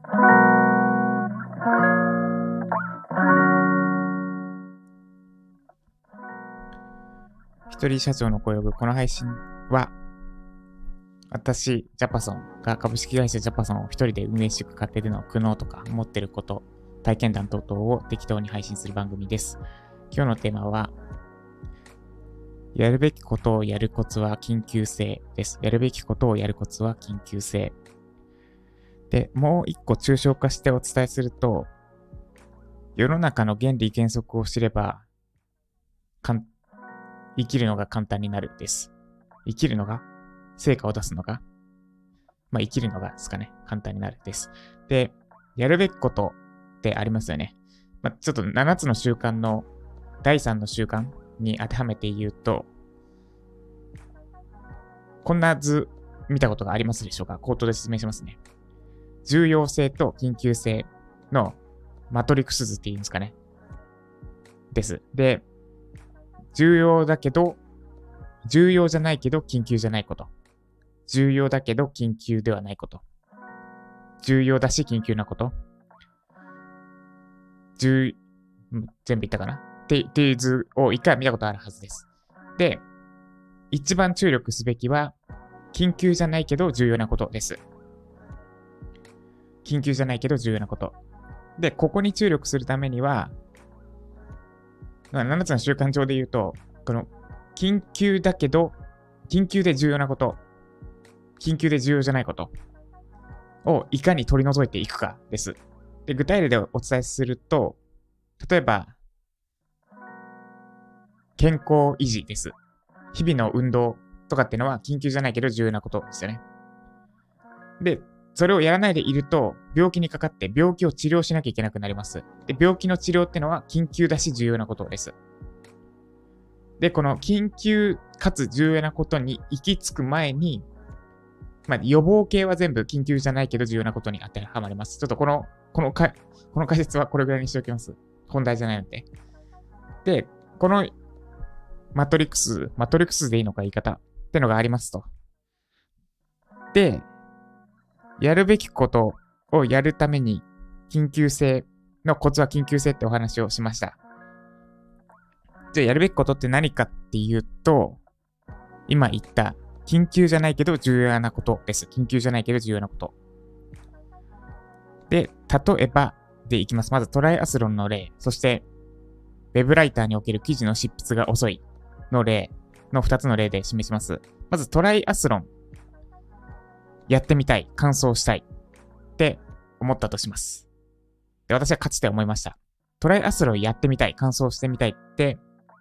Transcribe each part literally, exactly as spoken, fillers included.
一人社長の声を呼ぶこの配信は、私、ジャパソンが株式会社ジャパソンを一人で運営していく過程での苦悩とか思ってること、体験談等々を適当に配信する番組です。今日のテーマは、やるべきことをやるコツは緊急性です。やるべきことをやるコツは緊急性。で、もう一個抽象化してお伝えすると、世の中の原理原則を知れば、かん生きるのが簡単になるです。生きるのが成果を出すのが、まあ生きるのがですかね、簡単になるです。で、やるべきことってありますよね。まあ、ちょっとななつの習慣のだいさんの習慣に当てはめて言うと、こんな図見たことがありますでしょうか？口頭で説明しますね。重要性と緊急性のマトリックス図っていうんですかね。です。で、重要だけど、重要じゃないけど緊急じゃないこと。重要だけど緊急ではないこと。重要だし緊急なこと。重、全部言ったかなって、っていう図を一回見たことあるはずです。で、一番注力すべきは、緊急じゃないけど重要なことです。緊急じゃないけど重要なこと。で、ここに注力するためには、ななつの習慣上で言うと、この、緊急だけど、緊急で重要なこと、緊急で重要じゃないことをいかに取り除いていくかです。で、具体例でお伝えすると、例えば、健康維持です。日々の運動とかっていうのは緊急じゃないけど重要なことですよね。で、それをやらないでいると、病気にかかって病気を治療しなきゃいけなくなります。で、病気の治療っていうのは緊急だし重要なことです。で、この緊急かつ重要なことに行き着く前に、まあ、予防系は全部緊急じゃないけど重要なことに当てはまります。ちょっとこの、このか、この解説はこれぐらいにしておきます。本題じゃないので。で、このマトリックス、マトリックスでいいのか言い方ってのがありますと。で、やるべきことをやるために緊急性のコツは緊急性ってお話をしました。じゃあやるべきことって何かっていうと、今言った緊急じゃないけど重要なことです。緊急じゃないけど重要なこと。で、例えばでいきます。まずトライアスロンの例、そしてウェブライターにおける記事の執筆が遅いの例のふたつの例で示します。まずトライアスロン。やってみたい、完走したいって思ったとします。で、私はかつて思いました。トライアスロンやってみたい、完走してみたいって、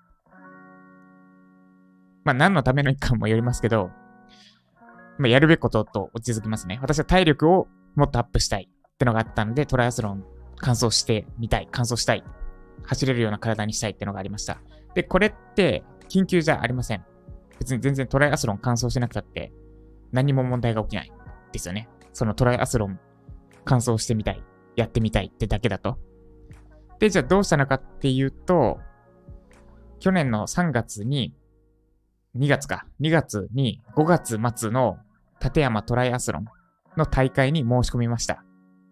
まあ何のための一環もよりますけど、まあ、やるべきことと落ち着きますね。私は体力をもっとアップしたいってのがあったので、トライアスロン完走してみたい、完走したい、走れるような体にしたいってのがありました。で、これって緊急じゃありません。別に全然トライアスロン完走しなくたって何も問題が起きない。ですよね。そのトライアスロン完走してみたい、やってみたいってだけだと。で、じゃあどうしたのかっていうと、去年のさんがつに、にがつか、にがつにごがつ末の立山トライアスロンの大会に申し込みました。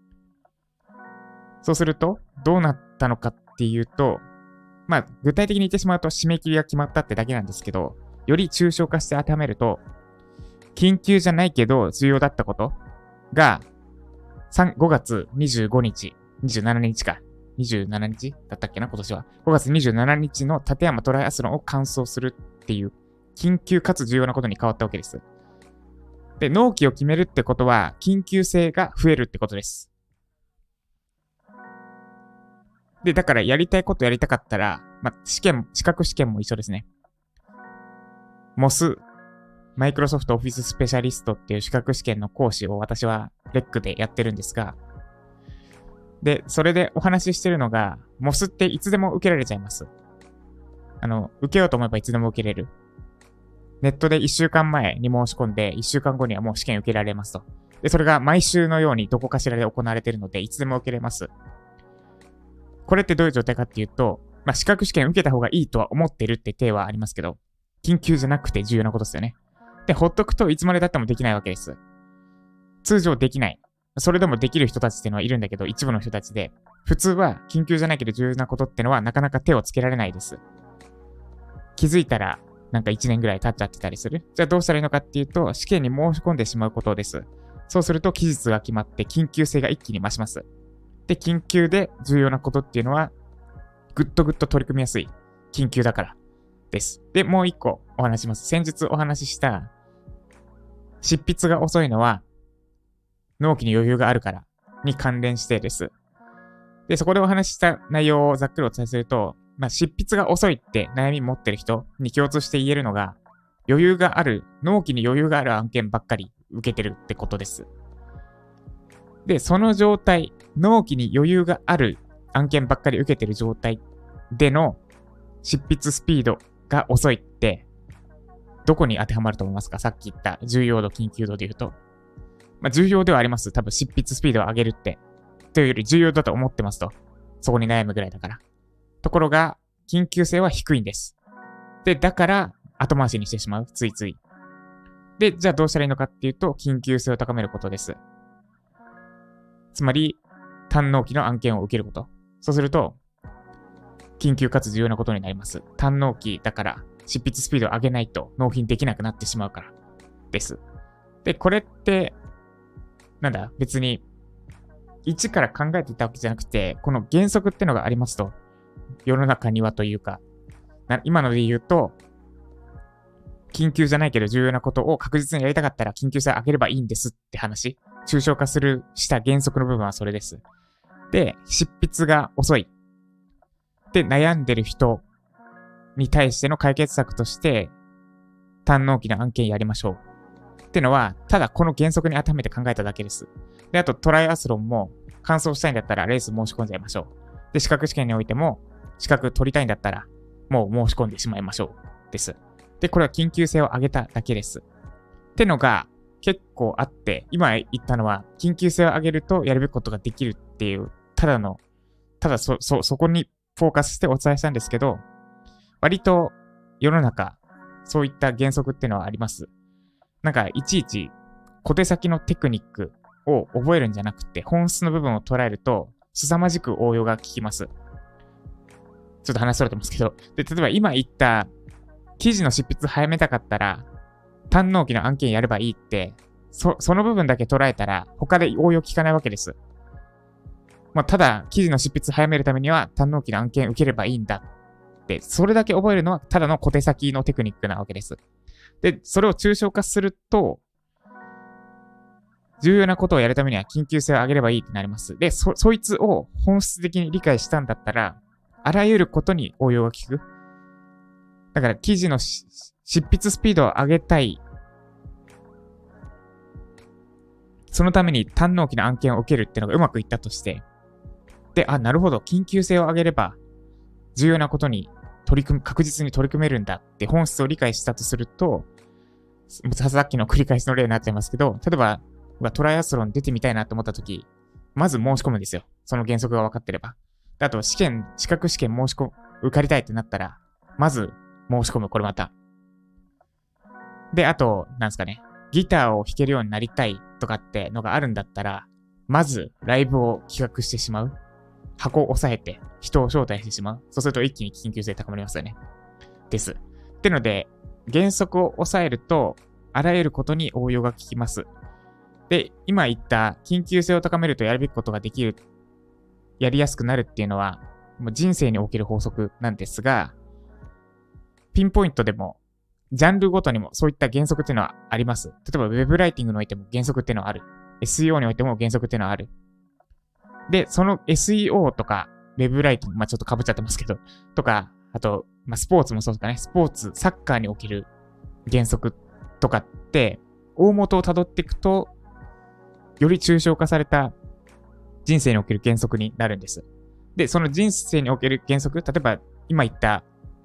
そうすると、どうなったのかっていうと、まあ、具体的に言ってしまうと締め切りが決まったってだけなんですけど、より抽象化して当てはめると、緊急じゃないけど重要だったことがごがつにじゅうごにち、にじゅうしちにちか。にじゅうしちにちだったっけな、今年は。ごがつにじゅうしちにちの立山トライアスロンを完走するっていう緊急かつ重要なことに変わったわけです。で、納期を決めるってことは緊急性が増えるってことです。で、だからやりたいことやりたかったら、まあ、試験、資格試験も一緒ですね。モス、マイクロソフトオフィススペシャリストっていう資格試験の講師を私はレックでやってるんですが、で、それでお話ししてるのが、モスっていつでも受けられちゃいます。あの、受けようと思えばいつでも受けれる。ネットでいっしゅうかんまえに申し込んで、いっしゅうかんごにはもう試験受けられますと。で、それが毎週のようにどこかしらで行われているので、いつでも受けれます。これってどういう状態かっていうと、まあ、資格試験受けた方がいいとは思ってるって体はありますけど、緊急じゃなくて重要なことですよね。で、ほっとくといつまで経ってもできないわけです。通常できない。 それでもできる人たちっていうのはいるんだけど、一部の人たちで、普通は緊急じゃないけど重要なことってのはなかなか手をつけられないです。気づいたらなんかいちねんぐらい経っちゃってたりする。じゃあどうしたらいいのかっていうと、試験に申し込んでしまうことです。そうすると期日が決まって緊急性が一気に増します。で、緊急で重要なことっていうのは、ぐっとぐっと取り組みやすい。緊急だからです。で、もう一個お話します。先日お話しした、執筆が遅いのは、納期に余裕があるからに関連してです。で、そこでお話しした内容をざっくりお伝えすると、まあ、執筆が遅いって悩み持ってる人に共通して言えるのが、余裕がある、納期に余裕がある案件ばっかり受けてるってことです。で、その状態、納期に余裕がある案件ばっかり受けてる状態での執筆スピードが遅いって、どこに当てはまると思いますか？さっき言った重要度、緊急度で言うと。まあ、重要ではあります。多分執筆スピードを上げるって。というより重要だと思ってますと。そこに悩むぐらいだから。ところが、緊急性は低いんです。で、だから、後回しにしてしまう。ついつい。で、じゃあどうしたらいいのかっていうと、緊急性を高めることです。つまり、単納期の案件を受けること。そうすると、緊急かつ重要なことになります。単納期だから、執筆スピードを上げないと納品できなくなってしまうからです。で、これって、なんだ、別に、一から考えていたわけじゃなくて、この原則ってのがありますと、世の中にはというか、今ので言うと、緊急じゃないけど重要なことを確実にやりたかったら緊急性を上げればいいんですって話。抽象化するした原則の部分はそれです。で、執筆が遅い。で、悩んでる人に対しての解決策として、単納期の案件やりましょう。ってのは、ただこの原則に当てはめて考えただけです。で、あとトライアスロンも完走したいんだったらレース申し込んじゃいましょう。で、資格試験においても資格取りたいんだったらもう申し込んでしまいましょう。です。で、これは緊急性を上げただけです。ってのが結構あって、今言ったのは緊急性を上げるとやるべきことができるっていう、ただの、ただそ、そ、そこにフォーカスしてお伝えしたんですけど、割と世の中そういった原則っていうのはあります。なんかいちいち小手先のテクニックを覚えるんじゃなくて本質の部分を捉えると凄まじく応用が効きます。ちょっと話それてますけど。で、例えば今言った記事の執筆早めたかったら単納期の案件やればいいって、そ、その部分だけ捉えたら他で応用効かないわけです。まあ、ただ記事の執筆早めるためには単納期の案件受ければいいんだって、それだけ覚えるのはただの小手先のテクニックなわけです。で、それを抽象化すると、重要なことをやるためには緊急性を上げればいいってなります。で、そ、そいつを本質的に理解したんだったら、あらゆることに応用が効く。だから記事の執筆スピードを上げたい。そのために単納期の案件を受けるっていうのがうまくいったとして、で、あ、なるほど、緊急性を上げれば、重要なことに取り組む、確実に取り組めるんだって本質を理解したとすると、さっきの繰り返しの例になっちゃいますけど、例えば、トライアスロン出てみたいなと思ったとき、まず申し込むんですよ。その原則が分かってれば。で、あと、試験、資格試験申し込む、受かりたいってなったら、まず申し込む、これまた。で、あと、なんですかね、ギターを弾けるようになりたいとかってのがあるんだったら、まずライブを企画してしまう。箱を押さえて人を招待してしまう。そうすると一気に緊急性高まりますよね。です。ってので、原則を抑えると、あらゆることに応用が効きます。で、今言った緊急性を高めるとやるべきことができる、やりやすくなるっていうのは、もう人生における法則なんですが、ピンポイントでも、ジャンルごとにもそういった原則っていうのはあります。例えば Web ライティングにおいても原則っていうのはある。エスイーオー においても原則っていうのはある。で、その エスイーオー とか Web ライティング、まあちょっと被っちゃってますけど、とか、あと、まあスポーツもそうですかね。スポーツ、サッカーにおける原則とかって、大元を辿っていくと、より抽象化された人生における原則になるんです。で、その人生における原則、例えば今言った、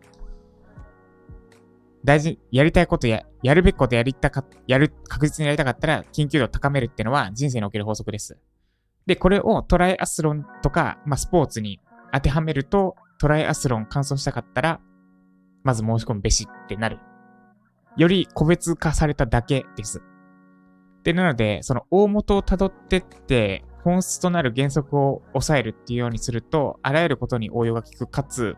大事、やりたいことや、やるべきことやりたか、やる、確実にやりたかったら緊急度を高めるっていうのは人生における法則です。で、これをトライアスロンとか、まあ、スポーツに当てはめると、トライアスロン完走したかったら、まず申し込むべしってなる。より個別化されただけです。 で、なので、その大元を辿ってって、本質となる原則を抑えるっていうようにすると、あらゆることに応用が効く、かつ、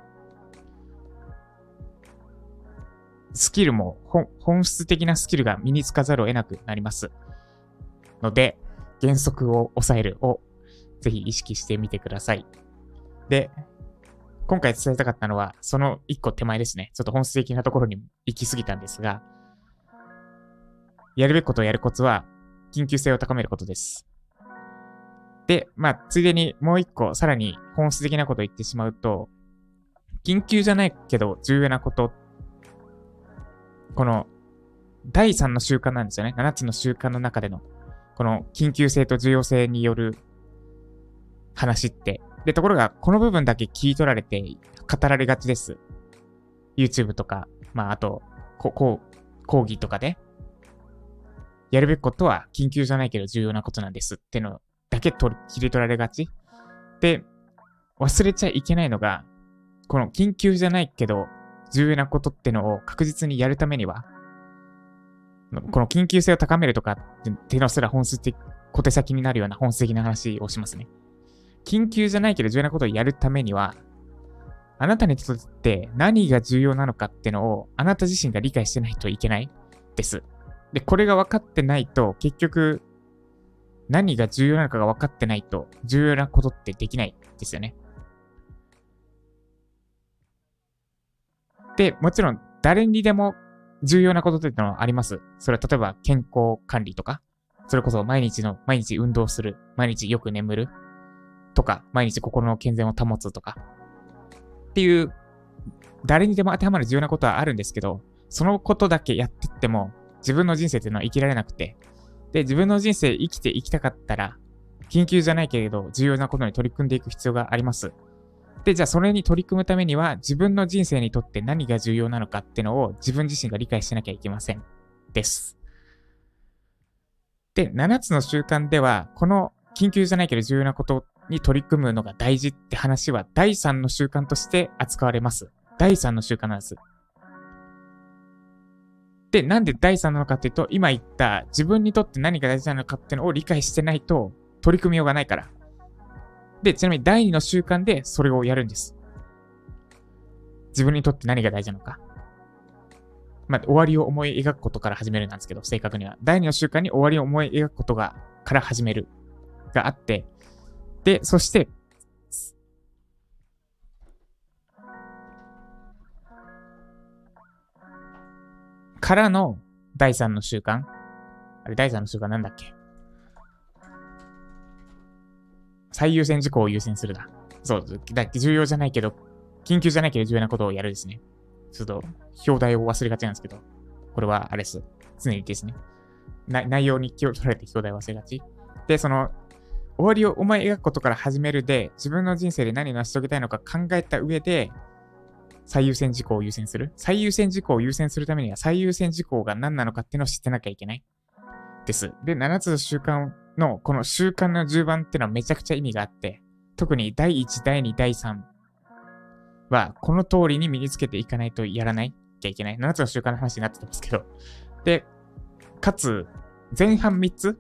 スキルも、本質的なスキルが身につかざるを得なくなります。ので、原則を抑えるをぜひ意識してみてください。で、今回伝えたかったのは、その一個手前ですね。ちょっと本質的なところに行き過ぎたんですが、やるべきことをやるコツは、緊急性を高めることです。で、まあ、ついでにもう一個、さらに本質的なことを言ってしまうと、緊急じゃないけど重要なこと、このだいさんの習慣なんですよね。ななつの習慣の中での、この緊急性と重要性による話って。で、ところが、この部分だけ切り取られて語られがちです。YouTube とか、まあ、あと、ここう、講義とかで、やるべきことは緊急じゃないけど重要なことなんですってのだけ取り切り取られがち。で、忘れちゃいけないのが、この緊急じゃないけど重要なことってのを確実にやるためには、この緊急性を高めるとかってのすら本質的、小手先になるような本質的な話をしますね。緊急じゃないけど重要なことをやるためには、あなたにとって何が重要なのかってのをあなた自身が理解してないといけないです。で、これが分かってないと、結局、何が重要なのかが分かってないと、重要なことってできないですよね。で、もちろん、誰にでも重要なことっていうのはあります。それは例えば健康管理とか、それこそ毎日の、毎日運動する、毎日よく眠るとか、毎日心の健全を保つとか、っていう、誰にでも当てはまる重要なことはあるんですけど、そのことだけやってっても、自分の人生っていうのは生きられなくて、で、自分の人生生きていきたかったら、緊急じゃないけれど重要なことに取り組んでいく必要があります。で、じゃあそれに取り組むためには、自分の人生にとって何が重要なのかっていうのを自分自身が理解しなきゃいけません。です。で、ななつの習慣では、この緊急じゃないけど重要なことに取り組むのが大事って話は、だいさんの習慣として扱われます。だいさんの習慣なんです。で、なんでだいさんなのかっていうと、今言った自分にとって何が大事なのかっていうのを理解してないと取り組みようがないから。で、ちなみにだいにの習慣でそれをやるんです。自分にとって何が大事なのか。まあ、終わりを思い描くことから始めるなんですけど、正確には。だいにの習慣に終わりを思い描くことが、から始める。があって、で、そして、からのだいさんの習慣。あれ、だいさんの習慣なんだっけ？最優先事項を優先するだ。そう、だって重要じゃないけど、緊急じゃないけど重要なことをやるですね。ちょっと、表題を忘れがちなんですけど、これはあれです。常にですね。内容に気を取られて表題を忘れがち。で、その、終わりを思い描くことから始めるで、自分の人生で何を成し遂げたいのか考えた上で、最優先事項を優先する。最優先事項を優先するためには、最優先事項が何なのかっていうのを知ってなきゃいけない。です。で、ななつの習慣の、この習慣のじゅうばんっていうのはめちゃくちゃ意味があって、特にだいいち、だいに、だいさんは、この通りに身につけていかないとやらないきゃいけない。ななつの習慣の話になってますけど。で、かつ、前半みっつ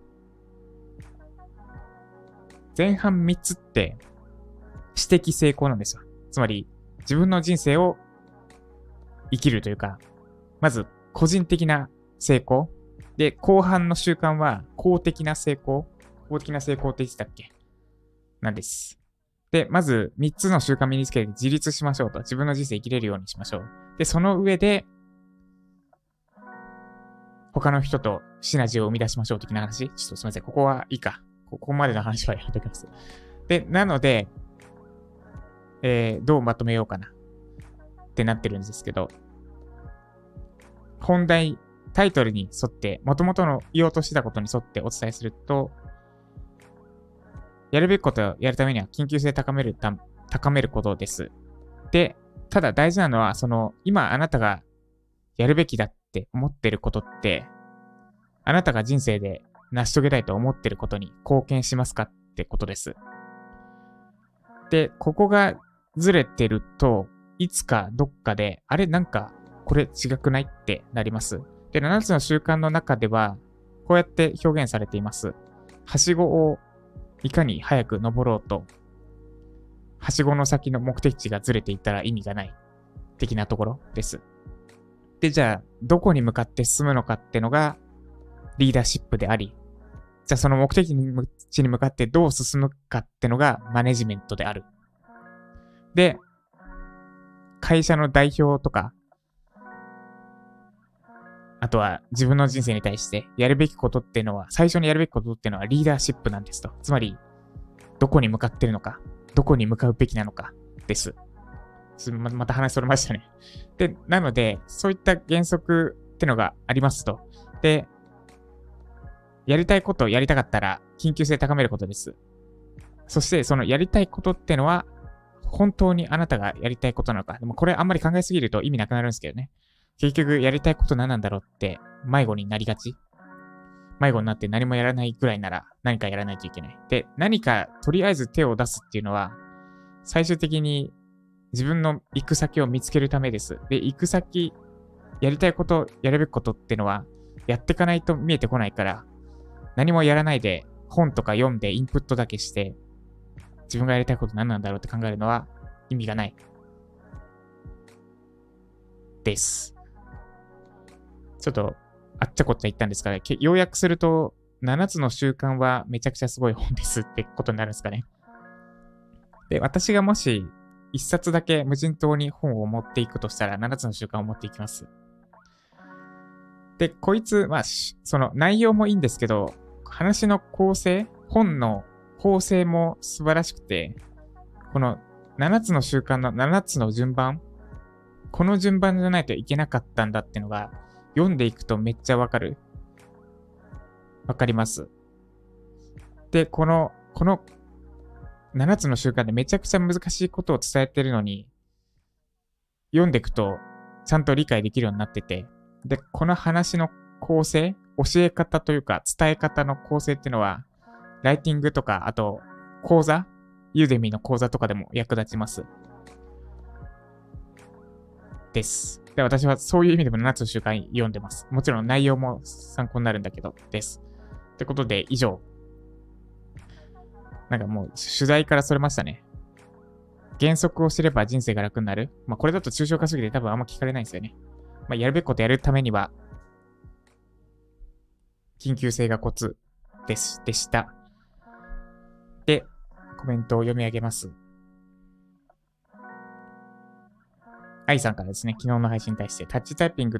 前半みっつって、私的成功なんですよ。つまり、自分の人生を生きるというか、まず個人的な成功。で、後半の習慣は公的な成功。公的な成功って言ってたっけ？なんです。で、まずみっつの習慣身につけて自立しましょうと。自分の人生生きれるようにしましょう。で、その上で、他の人とシナジーを生み出しましょう的な話。ちょっとすみません。ここはいいか。ここまでの話はやめておきます。で、なので、えー、どうまとめようかなってなってるんですけど、本題、タイトルに沿って、元々の言おうとしてたことに沿ってお伝えすると、やるべきことをやるためには緊急性を高めるた、高めることです。で、ただ大事なのは、その、今あなたがやるべきだって思ってることって、あなたが人生で成し遂げたいと思ってることに貢献しますかってことです。で、ここがずれてると、いつかどっかで、あれなんかこれ違くないってなります。で、ななつの習慣の中では、 こうやって表現されています。はしごをいかに早く登ろうと、はしごの先の目的地がずれていったら意味がない的なところです。で、じゃあ、どこに向かって進むのかってのがリーダーシップであり、じゃあその目的地に向かってどう進むかってのがマネジメントである。で、会社の代表とか、あとは自分の人生に対してやるべきことっていうのは、最初にやるべきことっていうのはリーダーシップなんですと。つまり、どこに向かってるのか、どこに向かうべきなのかです。ま, また話それましたね。で、なので、そういった原則ってのがありますと。で、やりたいことをやりたかったら、緊急性高めることです。そして、そのやりたいことってのは、本当にあなたがやりたいことなのか。でもこれあんまり考えすぎると意味なくなるんですけどね。結局、やりたいこと何なんだろうって迷子になりがち。迷子になって何もやらないぐらいなら何かやらないといけない。で、何かとりあえず手を出すっていうのは、最終的に自分の行く先を見つけるためです。で、行く先、やりたいこと、やるべきことっていうのは、やっていかないと見えてこないから、何もやらないで本とか読んでインプットだけして、自分がやりたいこと何なんだろうって考えるのは意味がない。です。ちょっと、あっちゃこっちゃ言ったんですかね。要約すると、ななつの習慣はめちゃくちゃすごい本ですってことになるんですかね。で、私がもし一冊だけ無人島に本を持っていくとしたら、ななつの習慣を持っていきます。で、こいつ、まあ、その内容もいいんですけど、話の構成、本の構成も素晴らしくて、このななつの習慣のななつの順番、この順番じゃないといけなかったんだってのが、読んでいくとめっちゃわかる。わかります。で、この、このななつの習慣でめちゃくちゃ難しいことを伝えてるのに、読んでいくとちゃんと理解できるようになってて、で、この話の構成、教え方というか伝え方の構成っていうのは、ライティングとか、あと講座、ユーデミの講座とかでも役立ちます。です。で、私はそういう意味でもななつの習慣読んでます。もちろん内容も参考になるんだけど、です。ってことで、以上。なんかもう、取材からそれましたね。原則を知れば人生が楽になる。まあ、これだと抽象化すぎて多分あんま聞かれないんですよね。まあ、やるべきことやるためには、緊急性がコツです、でした。で、コメントを読み上げます。愛さんからですね、昨日の配信に対して、タッチタイピングって、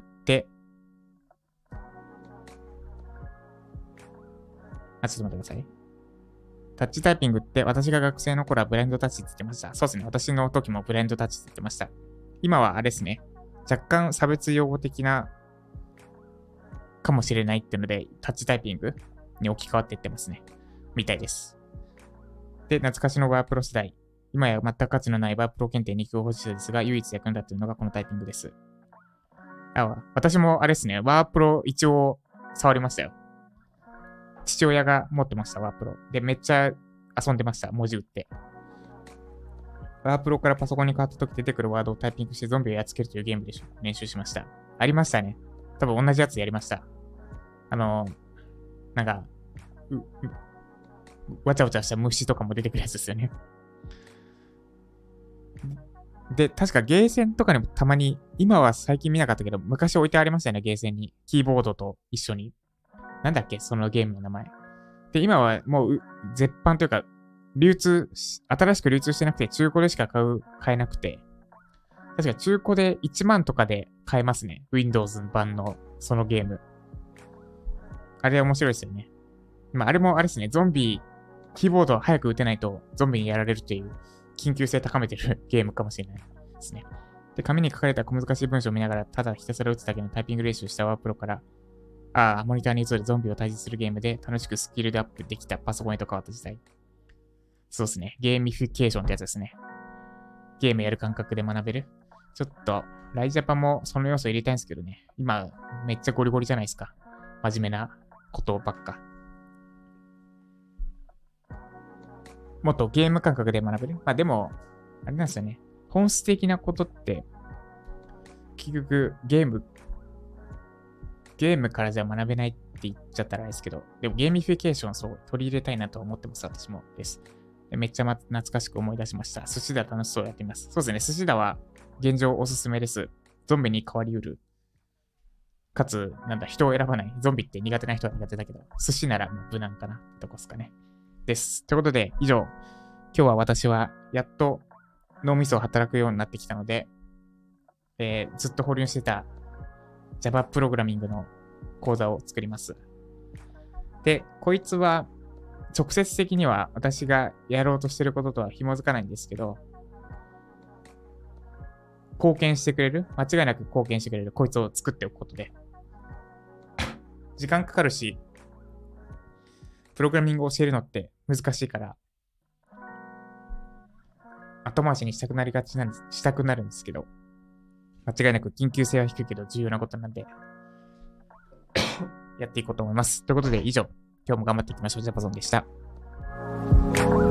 あ、ちょっと待ってください。タッチタイピングって私が学生の頃はブラインドタッチって言ってました。そうですね。私の時もブラインドタッチって言ってました。今はあれですね。若干差別用語的なかもしれないっていうので、タッチタイピングに置き換わっていってますね。みたいです。で、懐かしのワープロ世代。今や全く価値のないワープロ検定に級保持者ですが、唯一役に立っているのがこのタイピングです。あ、私もあれですね。ワープロ一応触りましたよ。父親が持ってました、ワープロ。で、めっちゃ遊んでました、文字打って。ワープロからパソコンに変わった時出てくるワードをタイピングしてゾンビをやっつけるというゲームで練習しました。ありましたね。多分同じやつやりました。あの、なんか、う、う、わちゃわちゃした虫とかも出てくるやつですよね。で、確かゲーセンとかにもたまに、今は最近見なかったけど、昔置いてありましたよね、ゲーセンに。キーボードと一緒に。なんだっけそのゲームの名前。で、今はもう、絶版というか、流通、新しく流通してなくて、中古でしか買う、買えなくて。確か中古でいちまんとかで買えますね。Windows 版のそのゲーム。あれ面白いですよね。まあ、あれもあれですね。ゾンビ、キーボードを早く打てないとゾンビにやられるという緊急性高めてるゲームかもしれないですね。で、紙に書かれた小難しい文章を見ながら、ただひたすら打つだけのタイピング練習したワープロから、ああ、モニターに映るゾンビを退治するゲームで楽しくスキルでアップできたパソコンへと変わった時代。そうですね。ゲーミフィケーションってやつですね。ゲームやる感覚で学べる。ちょっと、ライジャパもその要素入れたいんですけどね。今、めっちゃゴリゴリじゃないですか。真面目なことばっか。もっとゲーム感覚で学べる。まあでも、あれなんですよね。本質的なことって、結局ゲーム、ゲームからじゃ学べないっ言っちゃったらあれですけど、でもゲーミフィケーションそう取り入れたいなと思ってます、私もです。でめっちゃ、ま、懐かしく思い出しました。寿司だ楽しそうやってみます。そうですね、寿司だは現状おすすめです。ゾンビに変わりうる。かつ、なんだ、人を選ばない。ゾンビって苦手な人は苦手だけど、寿司なら無難かなってとこですかね。です。ということで、以上、今日は私はやっと脳みそを働くようになってきたので、えー、ずっと保留してた Java プログラミングの講座を作ります。で、こいつは直接的には私がやろうとしてることとは紐づかないんですけど、貢献してくれる、間違いなく貢献してくれるこいつを作っておくことで、時間かかるし、プログラミングを教えるのって難しいから、後回しにしたくなりがちなんです、したくなるんですけど、間違いなく緊急性は低いけど重要なことなんで、やっていこうと思います。ということで以上、今日も頑張っていきましょう。ジャパソンでした。